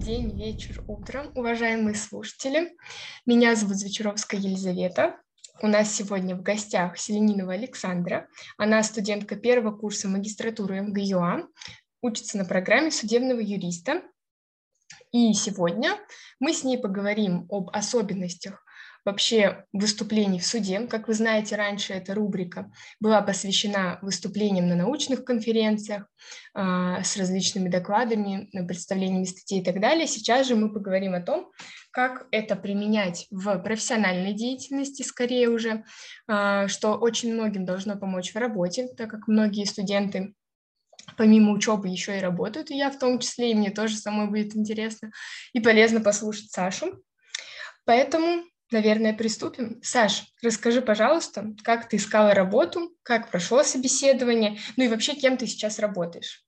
день, вечер, утро, уважаемые слушатели. Меня зовут Звечеровская Елизавета. У нас сегодня в гостях Селенинова Александра. Она студентка первого курса магистратуры МГЮА, учится на программе судебного юриста. И сегодня мы с ней поговорим об особенностях вообще выступлений в суде. Как вы знаете, раньше эта рубрика была посвящена выступлениям на научных конференциях с различными докладами, представлениями статей и так далее. Сейчас же мы поговорим о том, как это применять в профессиональной деятельности, скорее уже, что очень многим должно помочь в работе, так как многие студенты помимо учебы еще и работают, и я в том числе, и мне тоже самой будет интересно и полезно послушать Сашу. Поэтому, наверное, приступим. Саш, расскажи, пожалуйста, как ты искала работу, как прошло собеседование, ну и вообще, кем ты сейчас работаешь?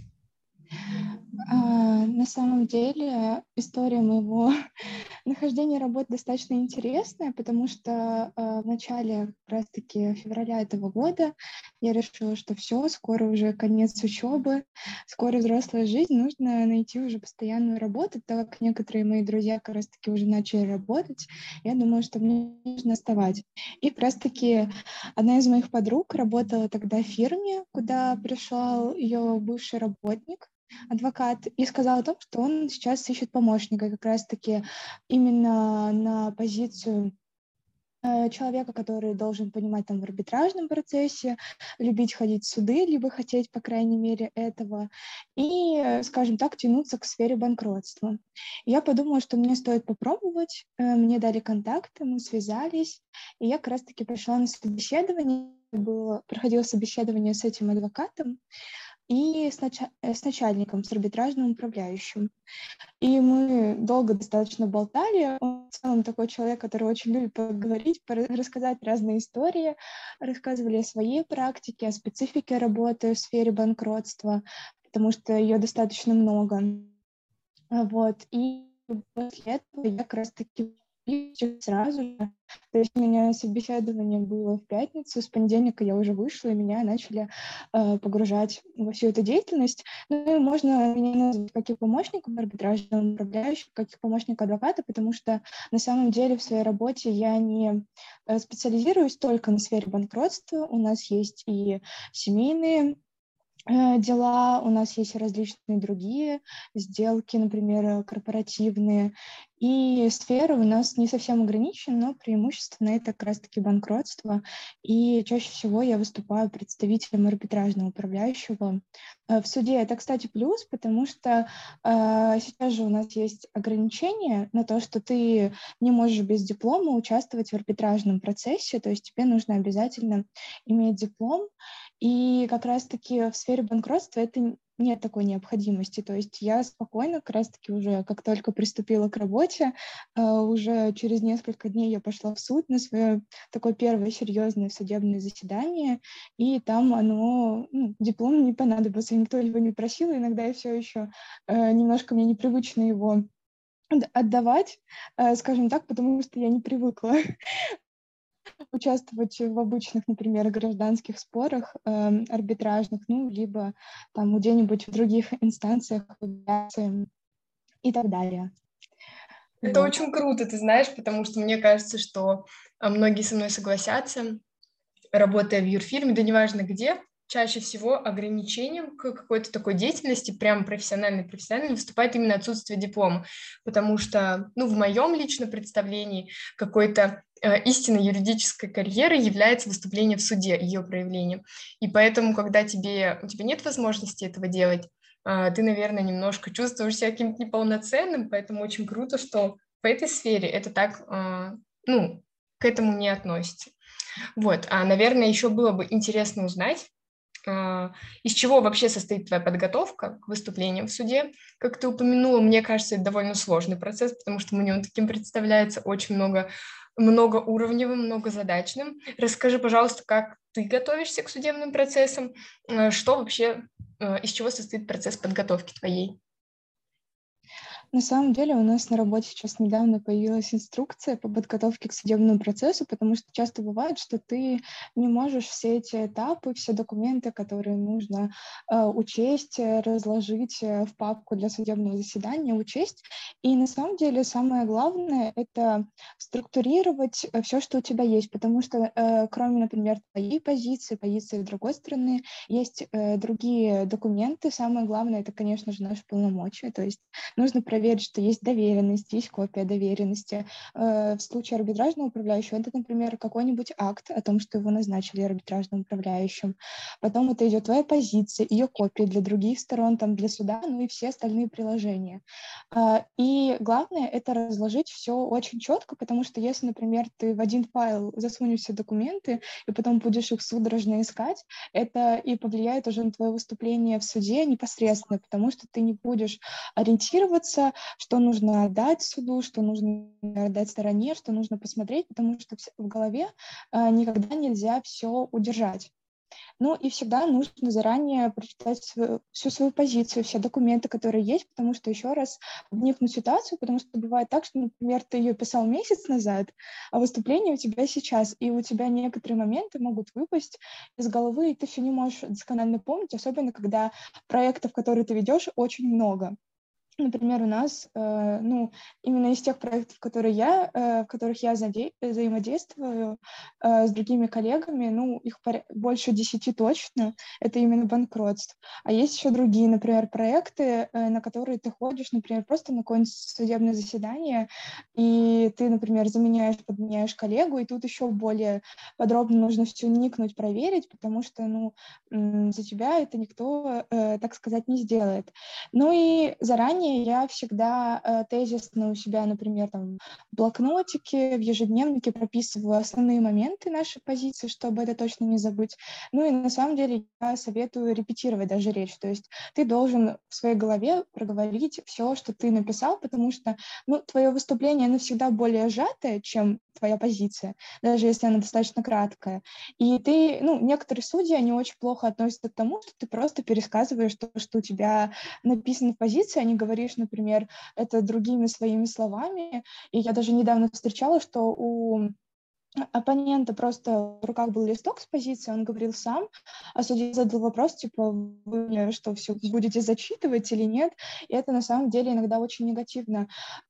На самом деле история моего нахождения работы достаточно интересная, потому что в начале как раз-таки февраля этого года я решила, что все, скоро уже конец учебы, скоро взрослая жизнь, нужно найти уже постоянную работу, так как некоторые мои друзья как раз-таки уже начали работать, я думала, что мне нужно оставать. И как раз-таки одна из моих подруг работала тогда в фирме, куда пришел ее бывший работник, адвокат, и сказал о том, что он сейчас ищет помощника как раз-таки именно на позицию человека, который должен понимать там в арбитражном процессе, любить ходить в суды, либо хотеть, по крайней мере, этого, и, скажем так, тянуться к сфере банкротства. Я подумала, что мне стоит попробовать, мне дали контакты, мы связались, и я как раз-таки пришла на собеседование, проходило собеседование с этим адвокатом, и с начальником, с арбитражным управляющим. И мы долго достаточно болтали. Он в целом такой человек, который очень любит поговорить, рассказать разные истории. Рассказывали о своей практике, о специфике работы в сфере банкротства, потому что ее достаточно много. Вот. И после этого я как раз-таки сразу же. То есть у меня собеседование было в пятницу, с понедельника я уже вышла, и меня начали погружать во всю эту деятельность. Ну, и можно меня назвать как и помощником арбитражного управляющего, как и помощник адвоката, потому что на самом деле в своей работе я не специализируюсь только на сфере банкротства. У нас есть и семейные дела, у нас есть различные другие сделки, например, корпоративные, и сфера у нас не совсем ограничена, но преимущественно это как раз-таки банкротство, и чаще всего я выступаю представителем арбитражного управляющего в суде. Это, кстати, плюс, потому что сейчас же у нас есть ограничения на то, что ты не можешь без диплома участвовать в арбитражном процессе, то есть тебе нужно обязательно иметь диплом, и как раз-таки в сфере банкротства это нет такой необходимости. То есть я спокойно, как раз-таки уже как только приступила к работе, уже через несколько дней я пошла в суд на свое такое первое серьезное судебное заседание, и там диплом не понадобился, никто его не просил, иногда я все еще немножко мне непривычно его отдавать, скажем так, потому что я не привыкла участвовать в обычных, например, гражданских спорах, арбитражных, ну, либо там где-нибудь в других инстанциях и так далее. Это Вот. очень круто, ты знаешь, потому что мне кажется, что многие со мной согласятся, работая в юрфирме, да неважно где, чаще всего ограничением к какой-то такой деятельности, прям профессиональной, выступает именно отсутствие диплома, потому что, ну, в моем личном представлении какой-то истинной юридической карьерой является выступление в суде, ее проявлением. И поэтому, когда у тебя нет возможности этого делать, ты, наверное, немножко чувствуешь себя каким-то неполноценным, поэтому очень круто, что в этой сфере это так, к этому не относится. Вот, наверное, еще было бы интересно узнать, из чего вообще состоит твоя подготовка к выступлениям в суде. Как ты упомянула, мне кажется, это довольно сложный процесс, потому что мне он таким представляется очень многоуровневым, многозадачным. Расскажи, пожалуйста, как ты готовишься к судебным процессам, что вообще, из чего состоит процесс подготовки твоей? На самом деле у нас на работе сейчас недавно появилась инструкция по подготовке к судебному процессу, потому что часто бывает, что ты не можешь все эти этапы, все документы, которые нужно учесть, разложить в папку для судебного заседания, учесть. И на самом деле самое главное — это структурировать все, что у тебя есть, потому что кроме, например, твоей позиции, позиции другой стороны, есть другие документы. Самое главное — это, конечно же, наши полномочия, то есть нужно проверить, что есть доверенность, есть копия доверенности. В случае арбитражного управляющего это, например, какой-нибудь акт о том, что его назначили арбитражным управляющим. Потом это идет твоя позиция, ее копия для других сторон, там, для суда, ну и все остальные приложения. И главное — это разложить все очень четко, потому что если, например, ты в один файл засунешь все документы и потом будешь их судорожно искать, это и повлияет уже на твое выступление в суде непосредственно, потому что ты не будешь ориентироваться, что нужно отдать суду, что нужно отдать стороне, что нужно посмотреть, потому что в голове никогда нельзя все удержать. Ну и всегда нужно заранее прочитать всю свою позицию, все документы, которые есть, потому что еще раз вникнуть в ситуацию, потому что бывает так, что, например, ты ее писал месяц назад, а выступление у тебя сейчас, и у тебя некоторые моменты могут выпасть из головы, и ты все не можешь досконально помнить, особенно когда проектов, которые ты ведешь, очень много. Например, у нас, ну, именно из тех проектов, в которых я взаимодействую с другими коллегами, ну, их больше 10 точно, это именно банкротство. А есть еще другие, например, проекты, на которые ты ходишь, например, просто на какое-нибудь судебное заседание, и ты, например, подменяешь коллегу, и тут еще более подробно нужно все вникнуть, проверить, потому что, ну, за тебя это никто, так сказать, не сделает. Ну и заранее я всегда тезисно у себя, например, там, в блокнотике, в ежедневнике прописываю основные моменты нашей позиции, чтобы это точно не забыть. Ну и на самом деле я советую репетировать даже речь. То есть ты должен в своей голове проговорить все, что ты написал, потому что, ну, твое выступление, оно всегда более сжатое, чем твоя позиция, даже если она достаточно краткая. И ты, ну, некоторые судьи, они очень плохо относятся к тому, что ты просто пересказываешь то, что у тебя написано в позиции, а не говоришь, например, это другими своими словами. И я даже недавно встречала, что у оппонента просто в руках был листок с позиции, он говорил сам, а судья задал вопрос, типа, вы что, все будете зачитывать или нет? И это на самом деле иногда очень негативно,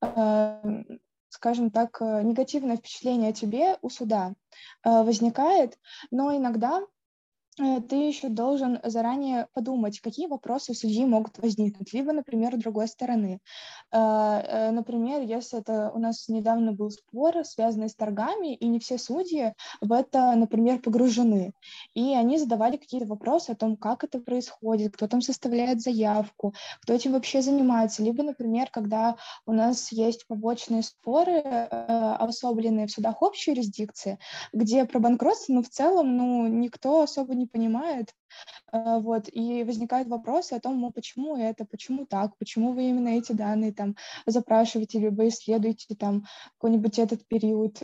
скажем так, негативное впечатление о тебе у суда возникает, но иногда ты еще должен заранее подумать, какие вопросы у судьи могут возникнуть, либо, например, у другой стороны. Например, если это у нас недавно был спор, связанный с торгами, и не все судьи в это, например, погружены, и они задавали какие-то вопросы о том, как это происходит, кто там составляет заявку, кто этим вообще занимается, либо, например, когда у нас есть побочные споры, обособленные в судах общей юрисдикции, где про банкротство, ну, в целом, ну, никто особо не понимает, вот, и возникают вопросы о том, ну, почему это, почему так, почему вы именно эти данные там запрашиваете, либо исследуете там какой-нибудь этот период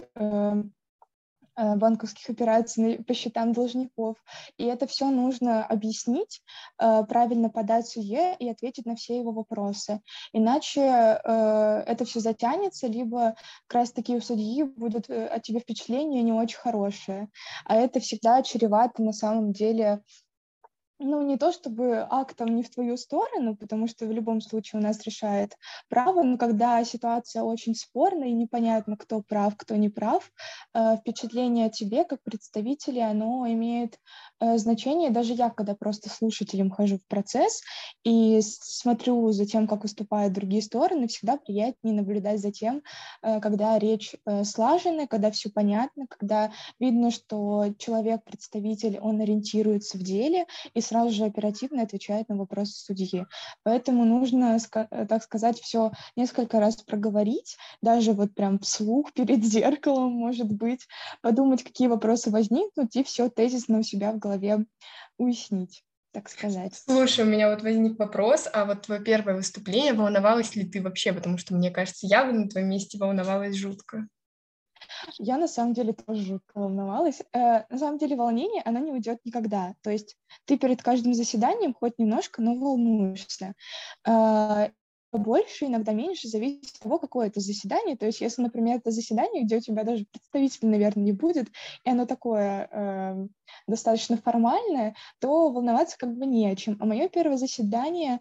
банковских операций по счетам должников. И это все нужно объяснить, правильно подать судье и ответить на все его вопросы. Иначе это все затянется, либо как раз-таки у судьи будет от тебя впечатление не очень хорошее. А это всегда чревато на самом деле, ну, не то чтобы актом не в твою сторону, потому что в любом случае у нас решает право, но когда ситуация очень спорная и непонятно, кто прав, кто не прав, впечатление о тебе как представителе, оно имеет значение. Даже я, когда просто слушателем хожу в процесс и смотрю за тем, как выступают другие стороны, всегда приятнее наблюдать за тем, когда речь слаженная, когда все понятно, когда видно, что человек, представитель, он ориентируется в деле, и сразу же оперативно отвечает на вопросы судьи. Поэтому нужно, так сказать, все несколько раз проговорить, даже вот прям вслух перед зеркалом, может быть, подумать, какие вопросы возникнут, и все тезисно у себя в голове уяснить, так сказать. Слушай, у меня вот возник вопрос, а вот твое первое выступление, волновалась ли ты вообще? Потому что, мне кажется, я бы на твоем месте волновалась жутко. Я на самом деле тоже жутко волновалась. На самом деле волнение, оно не уйдет никогда. То есть ты перед каждым заседанием хоть немножко, но волнуешься. больше, иногда меньше, зависит от того, какое это заседание. То есть если, например, это заседание, где у тебя даже представителя, наверное, не будет, и оно такое достаточно формальное, то волноваться как бы не о чем. А мое первое заседание,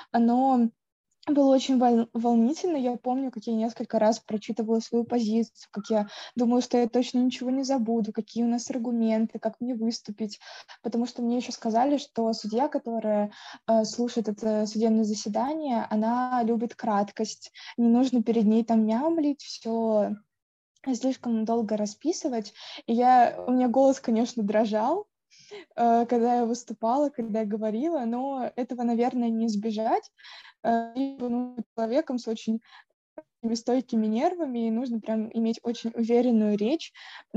оно было очень волнительно. Я помню, как я несколько раз прочитывала свою позицию, как я думала, что я точно ничего не забуду, какие у нас аргументы, как мне выступить. Потому что мне еще сказали, что судья, которая слушает это судебное заседание, она любит краткость. Не нужно перед ней там мямлить, все слишком долго расписывать. И у меня голос, конечно, дрожал, когда я выступала, когда я говорила, но этого, наверное, не избежать. Либо быть человеком с очень стойкими нервами, и нужно прям иметь очень уверенную речь.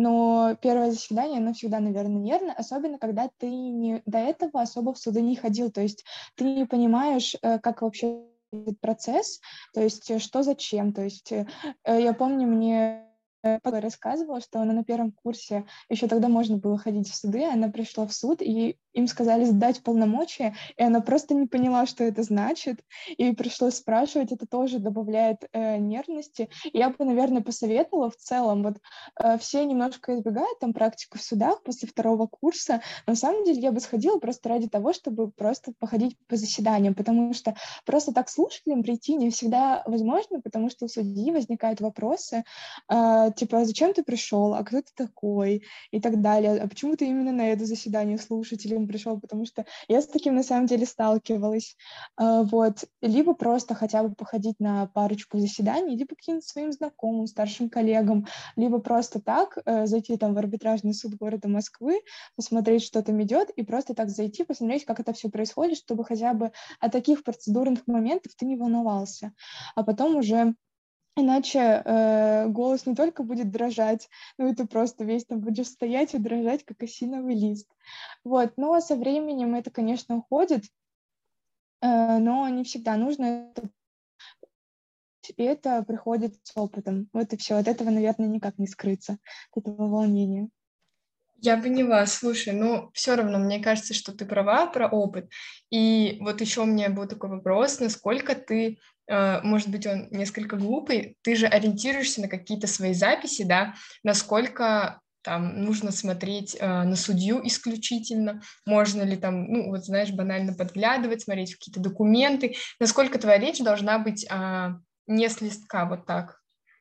Но первое заседание, оно всегда, наверное, нервно, особенно когда ты до этого особо в суды не ходил, то есть ты не понимаешь, как вообще этот процесс, то есть что зачем. То есть я помню, мне подруга рассказывала, что она на первом курсе, еще тогда можно было ходить в суды, она пришла в суд, и им сказали сдать полномочия, и она просто не поняла, что это значит, и пришлось спрашивать, это тоже добавляет нервности. И я бы, наверное, посоветовала в целом, вот все немножко избегают там практику в судах после второго курса, но на самом деле я бы сходила просто ради того, чтобы просто походить по заседаниям, потому что просто так слушателям прийти не всегда возможно, потому что у судьи возникают вопросы, типа, а зачем ты пришел, а кто ты такой, и так далее, а почему ты именно на это заседание слушателем пришел, потому что я с таким на самом деле сталкивалась, вот, либо просто хотя бы походить на парочку заседаний, либо каким-то своим знакомым, старшим коллегам, либо просто так зайти там в арбитражный суд города Москвы, посмотреть, что там идет, и просто так зайти, посмотреть, как это все происходит, чтобы хотя бы от таких процедурных моментов ты не волновался, а потом уже. Иначе голос не только будет дрожать, но и ты просто весь там будешь стоять и дрожать, как осиновый лист. Вот. Но со временем это, конечно, уходит, но не всегда нужно это, и это приходит с опытом. Вот и все. От этого, наверное, никак не скрыться, от этого волнения. Я поняла, слушай, но все равно мне кажется, что ты права про опыт. И вот еще у меня был такой вопрос, насколько ты, может быть, он несколько глупый, ты же ориентируешься на какие-то свои записи, да, насколько там нужно смотреть на судью исключительно, можно ли там, ну, вот знаешь, банально подглядывать, смотреть в какие-то документы, насколько твоя речь должна быть не с листка, вот так.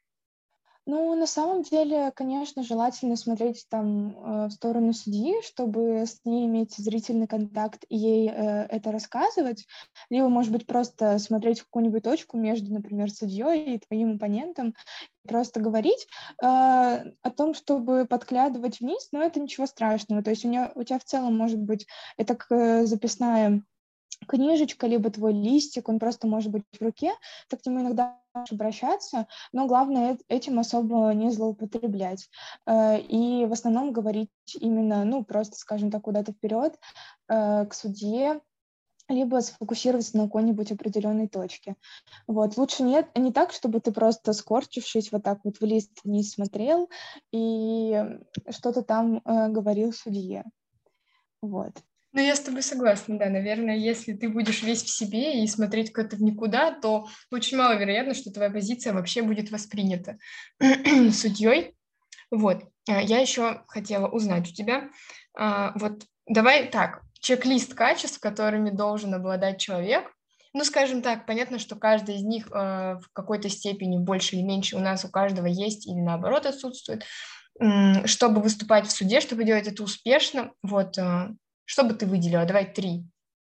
Ну, на самом деле, конечно, желательно смотреть там в сторону судьи, чтобы с ней иметь зрительный контакт и ей это рассказывать, либо, может быть, просто смотреть в какую-нибудь точку между, например, судьей и твоим оппонентом, и просто говорить о том, чтобы подглядывать вниз, но это ничего страшного. То есть у тебя в целом может быть это записная книжечка, либо твой листик, он просто может быть в руке, ты к нему иногда можешь обращаться, но главное этим особо не злоупотреблять. И в основном говорить именно, ну, просто, скажем так, куда-то вперед, к судье, либо сфокусироваться на какой-нибудь определенной точке. Вот. Лучше не так, чтобы ты просто скорчившись вот так вот в лист не смотрел и что-то там говорил судье. Вот. Ну, я с тобой согласна, да. Наверное, если ты будешь весь в себе и смотреть куда-то в никуда, то очень маловероятно, что твоя позиция вообще будет воспринята судьей. Вот. Я еще хотела узнать у тебя. Вот давай так, чек-лист качеств, которыми должен обладать человек. Ну, скажем так, понятно, что каждый из них в какой-то степени больше или меньше у нас у каждого есть или наоборот отсутствует. Чтобы выступать в суде, чтобы делать это успешно, вот, что бы ты выделила? Давай 3.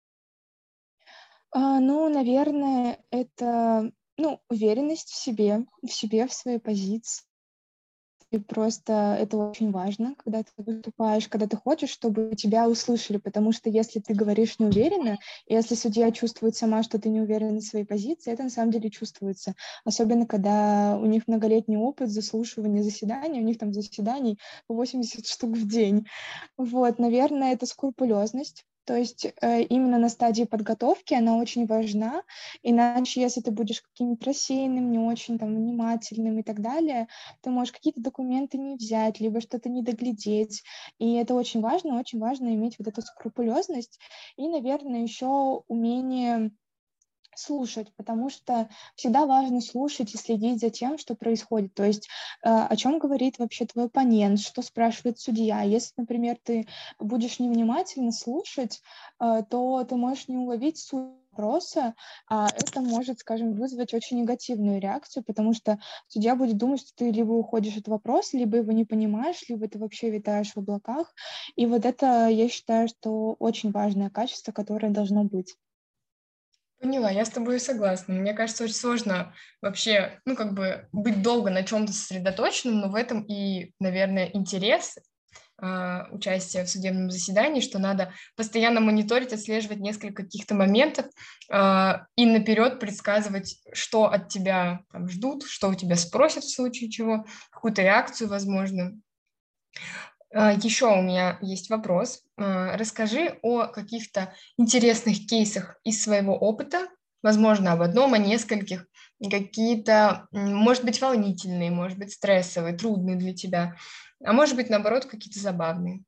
Ну, наверное, это, ну, уверенность в себе, в своей позиции. И просто это очень важно, когда ты выступаешь, когда ты хочешь, чтобы тебя услышали, потому что если ты говоришь неуверенно, и если судья чувствует сама, что ты не уверена в своей позиции, это на самом деле чувствуется. Особенно, когда у них многолетний опыт заслушивания заседаний, у них там заседаний по 80 штук в день. Вот, наверное, это скрупулезность. То есть именно на стадии подготовки она очень важна, иначе если ты будешь каким-нибудь рассеянным, не очень там внимательным и так далее, ты можешь какие-то документы не взять, либо что-то не доглядеть. И это очень важно иметь вот эту скрупулезность и, наверное, еще умение слушать, потому что всегда важно слушать и следить за тем, что происходит. То есть о чем говорит вообще твой оппонент, что спрашивает судья. Если, например, ты будешь невнимательно слушать, то ты можешь не уловить суть вопроса, а это может, скажем, вызвать очень негативную реакцию, потому что судья будет думать, что ты либо уходишь от вопроса, либо его не понимаешь, либо ты вообще витаешь в облаках. И вот это, я считаю, что очень важное качество, которое должно быть. Поняла, я с тобой согласна. Мне кажется, очень сложно вообще, ну, как бы быть долго на чем-то сосредоточенным, но в этом и, наверное, интерес участия в судебном заседании, что надо постоянно мониторить, отслеживать несколько каких-то моментов и наперед предсказывать, что от тебя там ждут, что у тебя спросят в случае чего, какую-то реакцию, возможно. Еще у меня есть вопрос. Расскажи о каких-то интересных кейсах из своего опыта, возможно, об одном, о нескольких, какие-то, может быть, волнительные, может быть, стрессовые, трудные для тебя, а может быть, наоборот, какие-то забавные.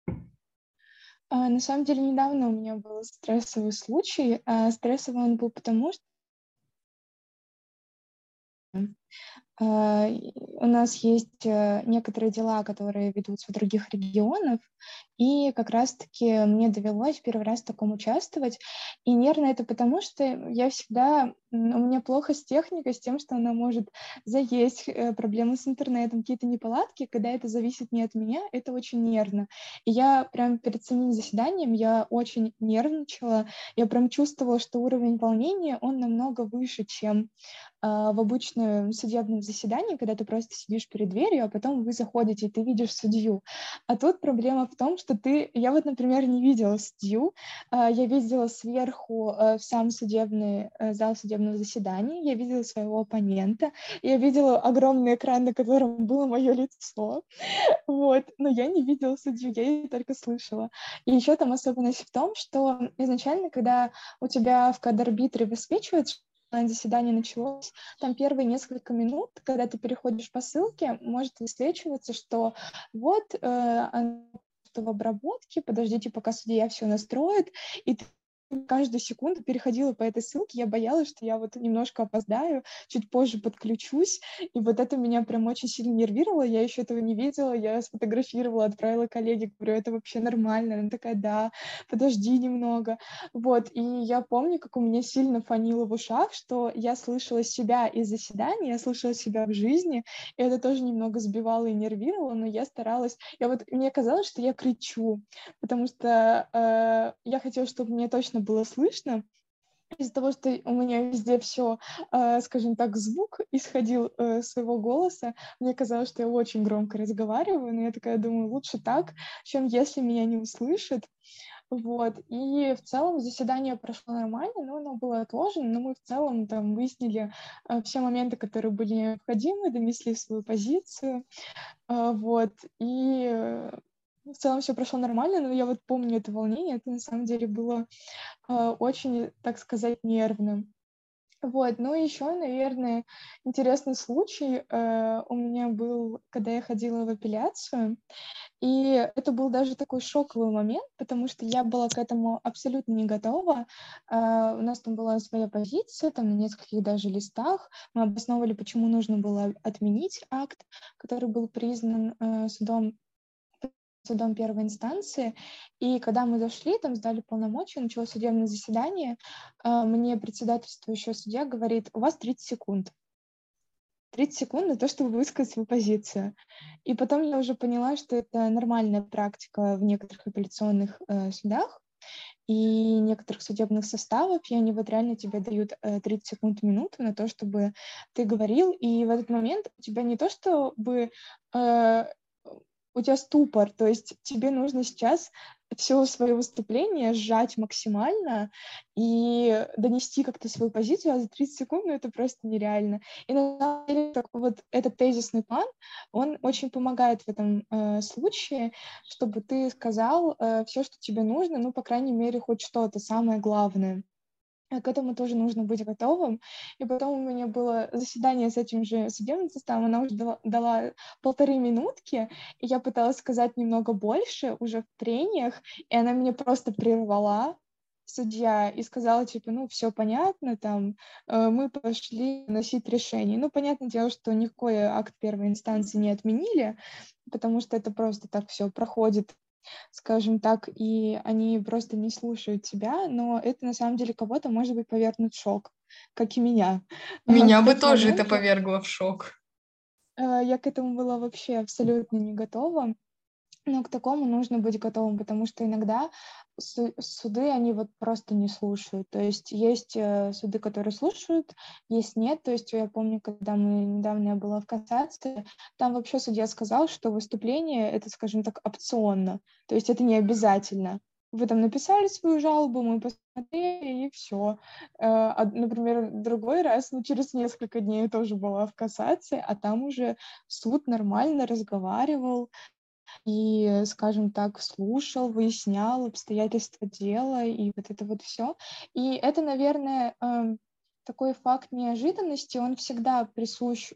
На самом деле, недавно у меня был стрессовый случай. Стрессовый он был потому, что у нас есть некоторые дела, которые ведутся в других регионах, и как раз-таки мне довелось первый раз в таком участвовать. И нервно это потому, что я всегда... У меня плохо с техникой, с тем, что она может заесть, проблемы с интернетом, какие-то неполадки. Когда это зависит не от меня, это очень нервно. И я прям перед самим заседанием, я очень нервничала. Я прям чувствовала, что уровень волнения, он намного выше, чем в обычном судебном заседании, когда ты просто сидишь перед дверью, а потом вы заходите, и ты видишь судью. А тут проблема в том, что я вот, например, не видела судью, я видела сверху сам судебный зал судебного заседания, я видела своего оппонента, я видела огромный экран, на котором было мое лицо, вот, но я не видела судью, я ее только слышала. И еще там особенность в том, что изначально, когда у тебя в кад-арбитре высвечивает, что заседание началось, там первые несколько минут, когда ты переходишь по ссылке, может высвечиваться, что вот в обработке, подождите, пока судья все настроит, и ты каждую секунду переходила по этой ссылке, я боялась, что я вот немножко опоздаю, чуть позже подключусь, и вот это меня прям очень сильно нервировало, я еще этого не видела, я сфотографировала, отправила коллеге, говорю, это вообще нормально, она такая, да, подожди немного, вот, и я помню, как у меня сильно фонило в ушах, что я слышала себя из заседания, я слышала себя в жизни, и это тоже немного сбивало и нервировало, но я старалась, мне казалось, что я кричу, потому что я хотела, чтобы мне точно было слышно. Из-за того, что у меня везде все, скажем так, звук исходил своего голоса, мне казалось, что я очень громко разговариваю, но я такая думаю, лучше так, чем если меня не услышат. Вот. И в целом заседание прошло нормально, но оно было отложено, но мы в целом там выяснили все моменты, которые были необходимы, донесли свою позицию. Вот. И в целом все прошло нормально, но я вот помню это волнение, это на самом деле было очень, так сказать, нервным. Вот, ну и еще, наверное, интересный случай у меня был, когда я ходила в апелляцию, и это был даже такой шоковый момент, потому что я была к этому абсолютно не готова. У нас там была своя позиция, там на нескольких даже листах. Мы обосновывали, почему нужно было отменить акт, который был признан судом первой инстанции. И когда мы зашли, там сдали полномочия, началось судебное заседание, мне председательствующий судья говорит, у вас 30 секунд. 30 секунд на то, чтобы высказать свою позицию. И потом я уже поняла, что это нормальная практика в некоторых апелляционных судах и некоторых судебных составах, и они вот реально тебе дают 30 секунд, минуту на то, чтобы ты говорил, и в этот момент у тебя не то, чтобы у тебя ступор, то есть тебе нужно сейчас все свое выступление сжать максимально и донести как-то свою позицию, а за 30 секунд, ну, это просто нереально. И на самом деле вот этот тезисный план, он очень помогает в этом случае, чтобы ты сказал все, что тебе нужно, ну, по крайней мере, хоть что-то, самое главное. К этому тоже нужно быть готовым. И потом у меня было заседание с этим же судебным составом, она уже дала 1,5 минутки, и я пыталась сказать немного больше уже в прениях, и она меня просто прервала. судья и сказал, типа, ну, все понятно, там, мы пошли носить решение. Ну, понятное дело, что никакой акт первой инстанции не отменили, потому что это просто так все проходит, скажем так, и они просто не слушают тебя, но это на самом деле кого-то может быть повергнут в шок, как и меня. В Меня бы тот тоже это момент же повергло в шок. я к этому была вообще абсолютно не готова. Но к такому нужно быть готовым, потому что иногда суды, они вот просто не слушают. То есть суды, которые слушают, есть нет. То есть я помню, когда недавно я была в кассации, там вообще судья сказал, что выступление — это, скажем так, опционно. То есть это не обязательно. Вы там написали свою жалобу, мы посмотрели, и все. Например, другой раз, ну, через несколько дней я тоже была в кассации, а там уже суд нормально разговаривал, и, скажем так, слушал, выяснял обстоятельства дела и вот это вот все. И это, наверное, такой факт неожиданности, он всегда присущ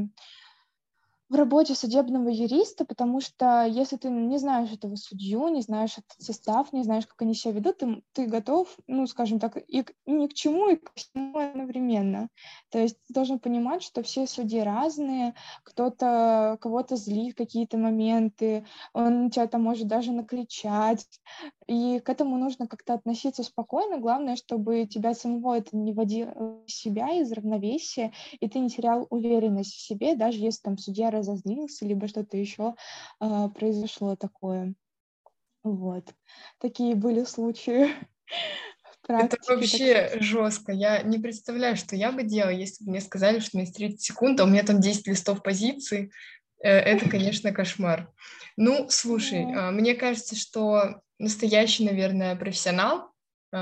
в работе судебного юриста, потому что если ты не знаешь этого судью, не знаешь этот состав, не знаешь, как они себя ведут, ты готов, ну, скажем так, и ни к чему, и ко всему одновременно. То есть ты должен понимать, что все судьи разные, кто-то кого-то злит в какие-то моменты, он на тебя там может даже накричать, и к этому нужно как-то относиться спокойно. Главное, чтобы тебя самого это не вводило в себя из равновесия, и ты не терял уверенность в себе, даже если там судья разозлился, либо что-то еще произошло такое. Вот. Такие были случаи в Это практике, так что вообще жестко. Я не представляю, что я бы делала, если бы мне сказали, что у меня есть 30 секунд, а у меня там 10 листов позиции. Это, конечно, кошмар. Ну, слушай, да. мне кажется, что настоящий, наверное, профессионал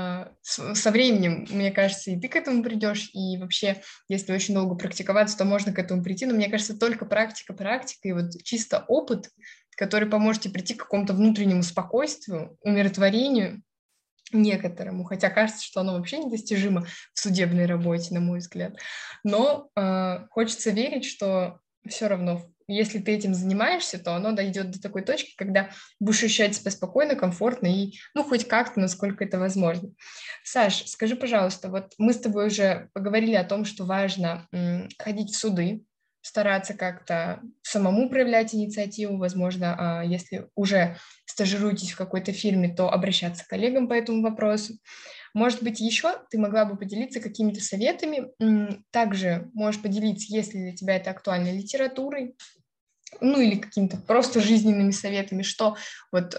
со временем, мне кажется, и ты к этому придешь, и вообще, если очень долго практиковаться, то можно к этому прийти, но мне кажется, только практика и вот чисто опыт, который поможет тебе прийти к какому-то внутреннему спокойствию, умиротворению, некоторому, хотя кажется, что оно вообще недостижимо в судебной работе, на мой взгляд. Но хочется верить, что все равно, если ты этим занимаешься, то оно дойдет до такой точки, когда будешь ощущать себя спокойно, комфортно и, ну, хоть как-то, насколько это возможно. Саш, скажи, пожалуйста, вот мы с тобой уже поговорили о том, что важно ходить в суды, стараться как-то самому проявлять инициативу, возможно, если уже стажируетесь в какой-то фирме, то обращаться к коллегам по этому вопросу. Может быть, еще ты могла бы поделиться какими-то советами. Также можешь поделиться, если для тебя это актуально, литературой, ну или какими-то просто жизненными советами, что вот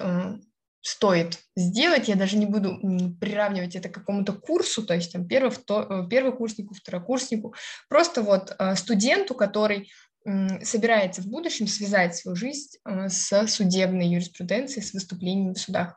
стоит сделать. Я даже не буду приравнивать это к какому-то курсу, то есть там первокурснику, второкурснику, просто вот студенту, который собирается в будущем связать свою жизнь с судебной юриспруденцией, с выступлениями в судах.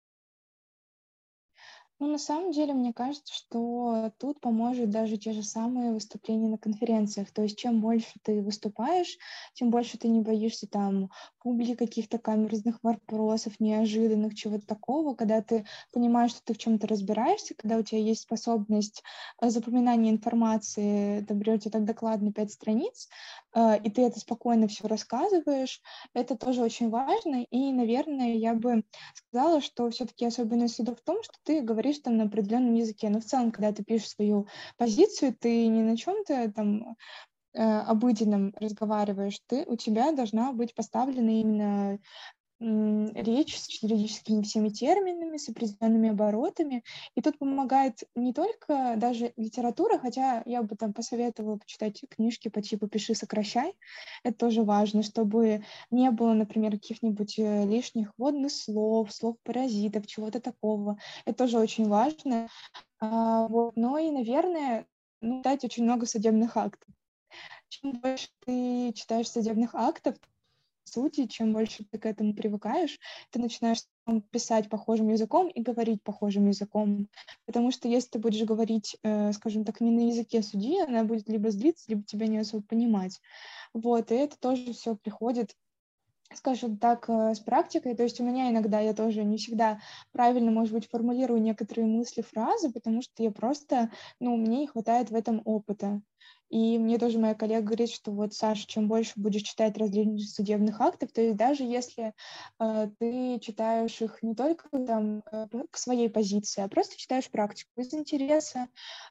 Ну, на самом деле, мне кажется, что тут поможет даже те же самые выступления на конференциях. То есть чем больше ты выступаешь, тем больше ты не боишься там публики, каких-то камерных вопросов, неожиданных, чего-то такого, когда ты понимаешь, что ты в чем-то разбираешься, когда у тебя есть способность запоминания информации, там, берете так доклад на 5 страниц, и ты это спокойно все рассказываешь, это тоже очень важно. И, наверное, я бы сказала, что все-таки особенность суда в том, что ты говоришь там на определенном языке. Но в целом, когда ты пишешь свою позицию, ты не на чем-то там обыденном разговариваешь, у тебя должна быть поставлена именно речь с юридическими всеми терминами, с определенными оборотами. И тут помогает не только даже литература, хотя я бы там посоветовала почитать книжки по типу «Пиши, сокращай». Это тоже важно, чтобы не было, например, каких-нибудь лишних вводных слов, слов-паразитов, чего-то такого. Это тоже очень важно. Вот. Но и, наверное, читать очень много судебных актов. Чем больше ты читаешь судебных актов, сути, чем больше ты к этому привыкаешь, ты начинаешь писать похожим языком и говорить похожим языком. Потому что если ты будешь говорить, скажем так, не на языке судьи, она будет либо злиться, либо тебя не особо понимать. Вот, и это тоже все приходит скажем так, с практикой. То есть у меня иногда я тоже не всегда правильно, может быть, формулирую некоторые мысли, фразы, потому что я просто, ну, мне не хватает в этом опыта. И мне тоже моя коллега говорит, что вот, Саша, чем больше будешь читать различных судебных актов, то есть даже если ты читаешь их не только там к своей позиции, а просто читаешь практику из интереса,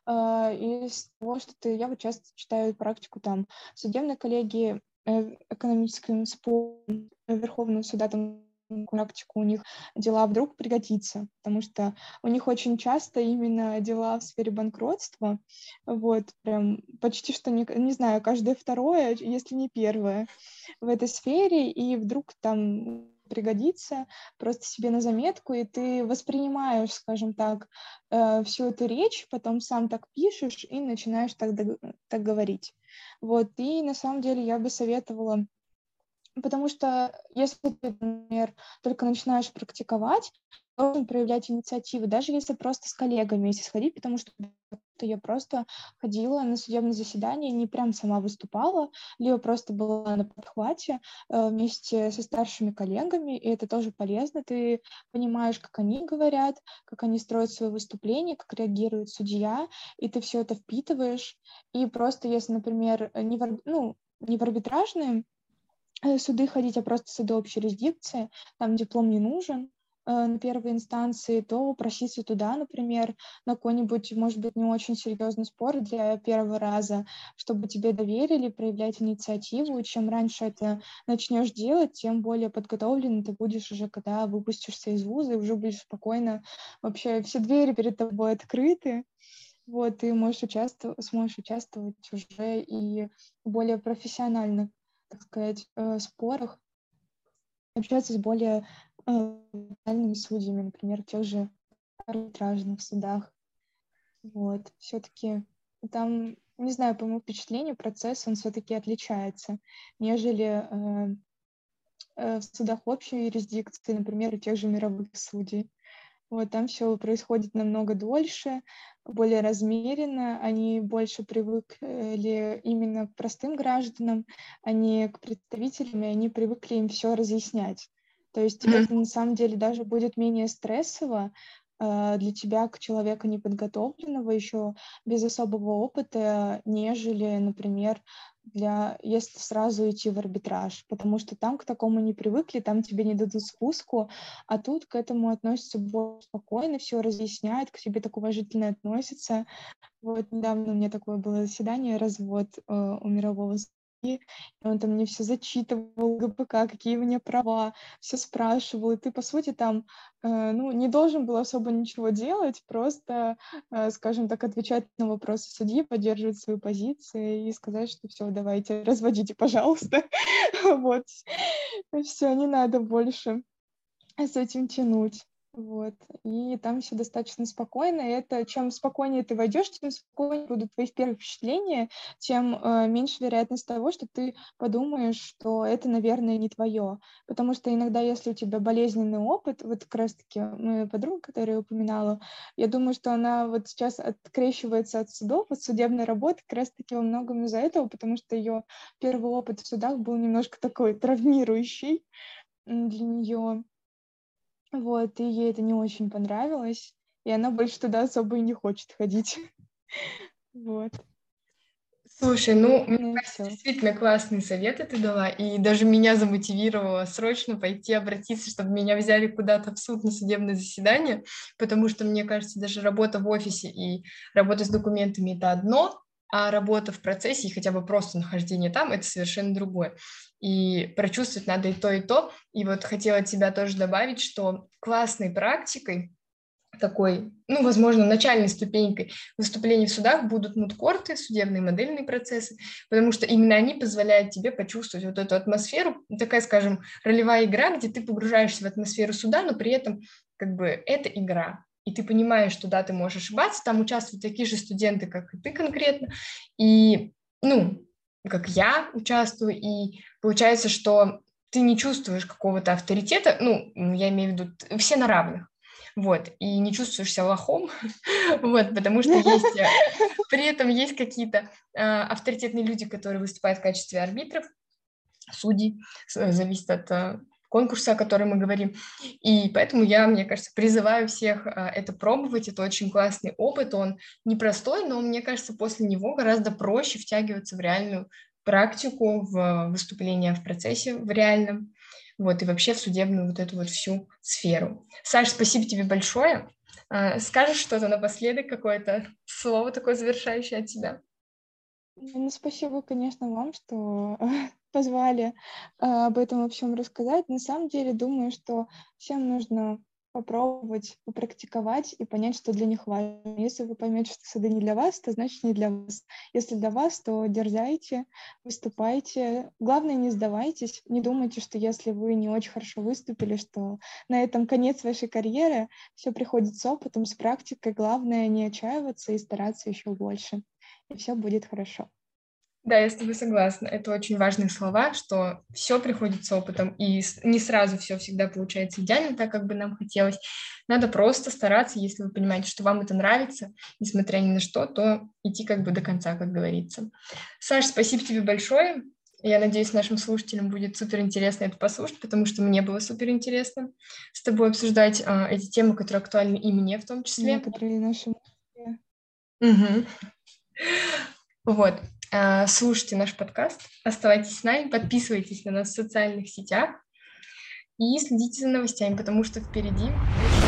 из того, что я вот часто читаю практику там судебной коллегии, экономическим спором Верховного суда, там практику у них дела вдруг пригодится, потому что у них очень часто именно дела в сфере банкротства, вот, прям почти что, не знаю, каждое второе, если не первое в этой сфере, и вдруг там пригодится просто себе на заметку, и ты воспринимаешь, скажем так, всю эту речь, потом сам так пишешь и начинаешь так говорить. Вот, и на самом деле я бы советовала, потому что если ты, например, только начинаешь практиковать, должен проявлять инициативу, даже если просто с коллегами вместе сходить, потому что я просто ходила на судебное заседание, не прям сама выступала, либо просто была на подхвате вместе со старшими коллегами, и это тоже полезно. Ты понимаешь, как они говорят, как они строят свои выступления, как реагирует судья, и ты все это впитываешь. И просто если, например, не в арбитражные суды ходить, а просто суды общей юрисдикции, там диплом не нужен на первой инстанции, то проситься туда, например, на какой-нибудь, может быть, не очень серьезный спор для первого раза, чтобы тебе доверили, проявлять инициативу. И чем раньше это начнешь делать, тем более подготовлен ты будешь уже, когда выпустишься из вуза, и уже будешь спокойно, вообще все двери перед тобой открыты. Вот, ты сможешь участвовать уже и более профессионально, так сказать, спорах, общаться с более профессиональными судьями, например, в тех же арбитражных судах. Вот, все-таки там, не знаю, по моему впечатлению, процесс, он все-таки отличается, нежели в судах общей юрисдикции, например, у тех же мировых судей. Вот там все происходит намного дольше, более размеренно, они больше привыкли именно к простым гражданам, а не к представителям, и они привыкли им все разъяснять. То есть это на самом деле даже будет менее стрессово для тебя, как человека неподготовленного, еще без особого опыта, нежели, например, если сразу идти в арбитраж, потому что там к такому не привыкли, там тебе не дадут спуску, а тут к этому относятся более спокойно, все разъясняют, к тебе так уважительно относятся. Вот недавно у меня такое было заседание, развод у мирового судьи, и он там мне все зачитывал, ГПК, какие у меня права, все спрашивал, и ты, по сути, там, не должен был особо ничего делать, просто, скажем так, отвечать на вопросы судьи, поддерживать свою позицию и сказать, что все, давайте, разводите, пожалуйста. Вот, все, не надо больше с этим тянуть. Вот. И там все достаточно спокойно. И это чем спокойнее ты войдешь, тем спокойнее будут твои первые впечатления, тем меньше вероятность того, что ты подумаешь, что это, наверное, не твое. Потому что иногда, если у тебя болезненный опыт, вот как раз-таки моя подруга, которую я упоминала, я думаю, что она вот сейчас открещивается от судов, от судебной работы как раз-таки во многом из-за этого, потому что ее первый опыт в судах был немножко такой травмирующий для нее. Вот, и ей это не очень понравилось, и она больше туда особо и не хочет ходить. Вот, Слушай, ну, мне наверное, кажется, все. действительно классные советы ты дала, и даже меня замотивировало срочно пойти обратиться, чтобы меня взяли куда-то в суд на судебное заседание, потому что, мне кажется, даже работа в офисе и работа с документами — это одно, а работа в процессе и хотя бы просто нахождение там — это совершенно другое. И прочувствовать надо и то, и то. И вот хотела от тебя тоже добавить, что классной практикой такой, ну, возможно, начальной ступенькой выступлений в судах будут мудкорты, судебные модельные процессы, потому что именно они позволяют тебе почувствовать вот эту атмосферу, такая, скажем, ролевая игра, где ты погружаешься в атмосферу суда, но при этом как бы это игра, и ты понимаешь, что да, ты можешь ошибаться, там участвуют такие же студенты, как и ты конкретно, и, ну, как я участвую, и получается, что ты не чувствуешь какого-то авторитета, ну, я имею в виду, все на равных, вот, и не чувствуешь себя лохом, вот, потому что есть, при этом есть какие-то авторитетные люди, которые выступают в качестве арбитров, судей, зависит от конкурса, о котором мы говорим. И поэтому я, мне кажется, призываю всех это пробовать. Это очень классный опыт, он непростой, но, мне кажется, после него гораздо проще втягиваться в реальную практику, в выступление в процессе, в реальном, вот, и вообще в судебную вот эту вот всю сферу. Саш, спасибо тебе большое. Скажешь что-то напоследок, какое-то слово такое завершающее от тебя? Ну, спасибо, конечно, вам, что позвали об этом во всем рассказать. На самом деле, думаю, что всем нужно попробовать, попрактиковать и понять, что для них важно. Если вы поймете, что суды не для вас, то значит не для вас. Если для вас, то дерзайте, выступайте. Главное, не сдавайтесь. Не думайте, что если вы не очень хорошо выступили, что на этом конец вашей карьеры. Все приходит с опытом, с практикой. Главное, не отчаиваться и стараться еще больше. И все будет хорошо. Да, я с тобой согласна. Это очень важные слова, что все приходит с опытом, и не сразу все всегда получается идеально так, как бы нам хотелось. Надо просто стараться, если вы понимаете, что вам это нравится, несмотря ни на что, то идти как бы до конца, как говорится. Саш, спасибо тебе большое. Я надеюсь, нашим слушателям будет супер интересно это послушать, потому что мне было супер интересно с тобой обсуждать эти темы, которые актуальны и мне в том числе. Некоторые наши... Угу. Вот. Слушайте наш подкаст, оставайтесь с нами, подписывайтесь на нас в социальных сетях и следите за новостями, потому что впереди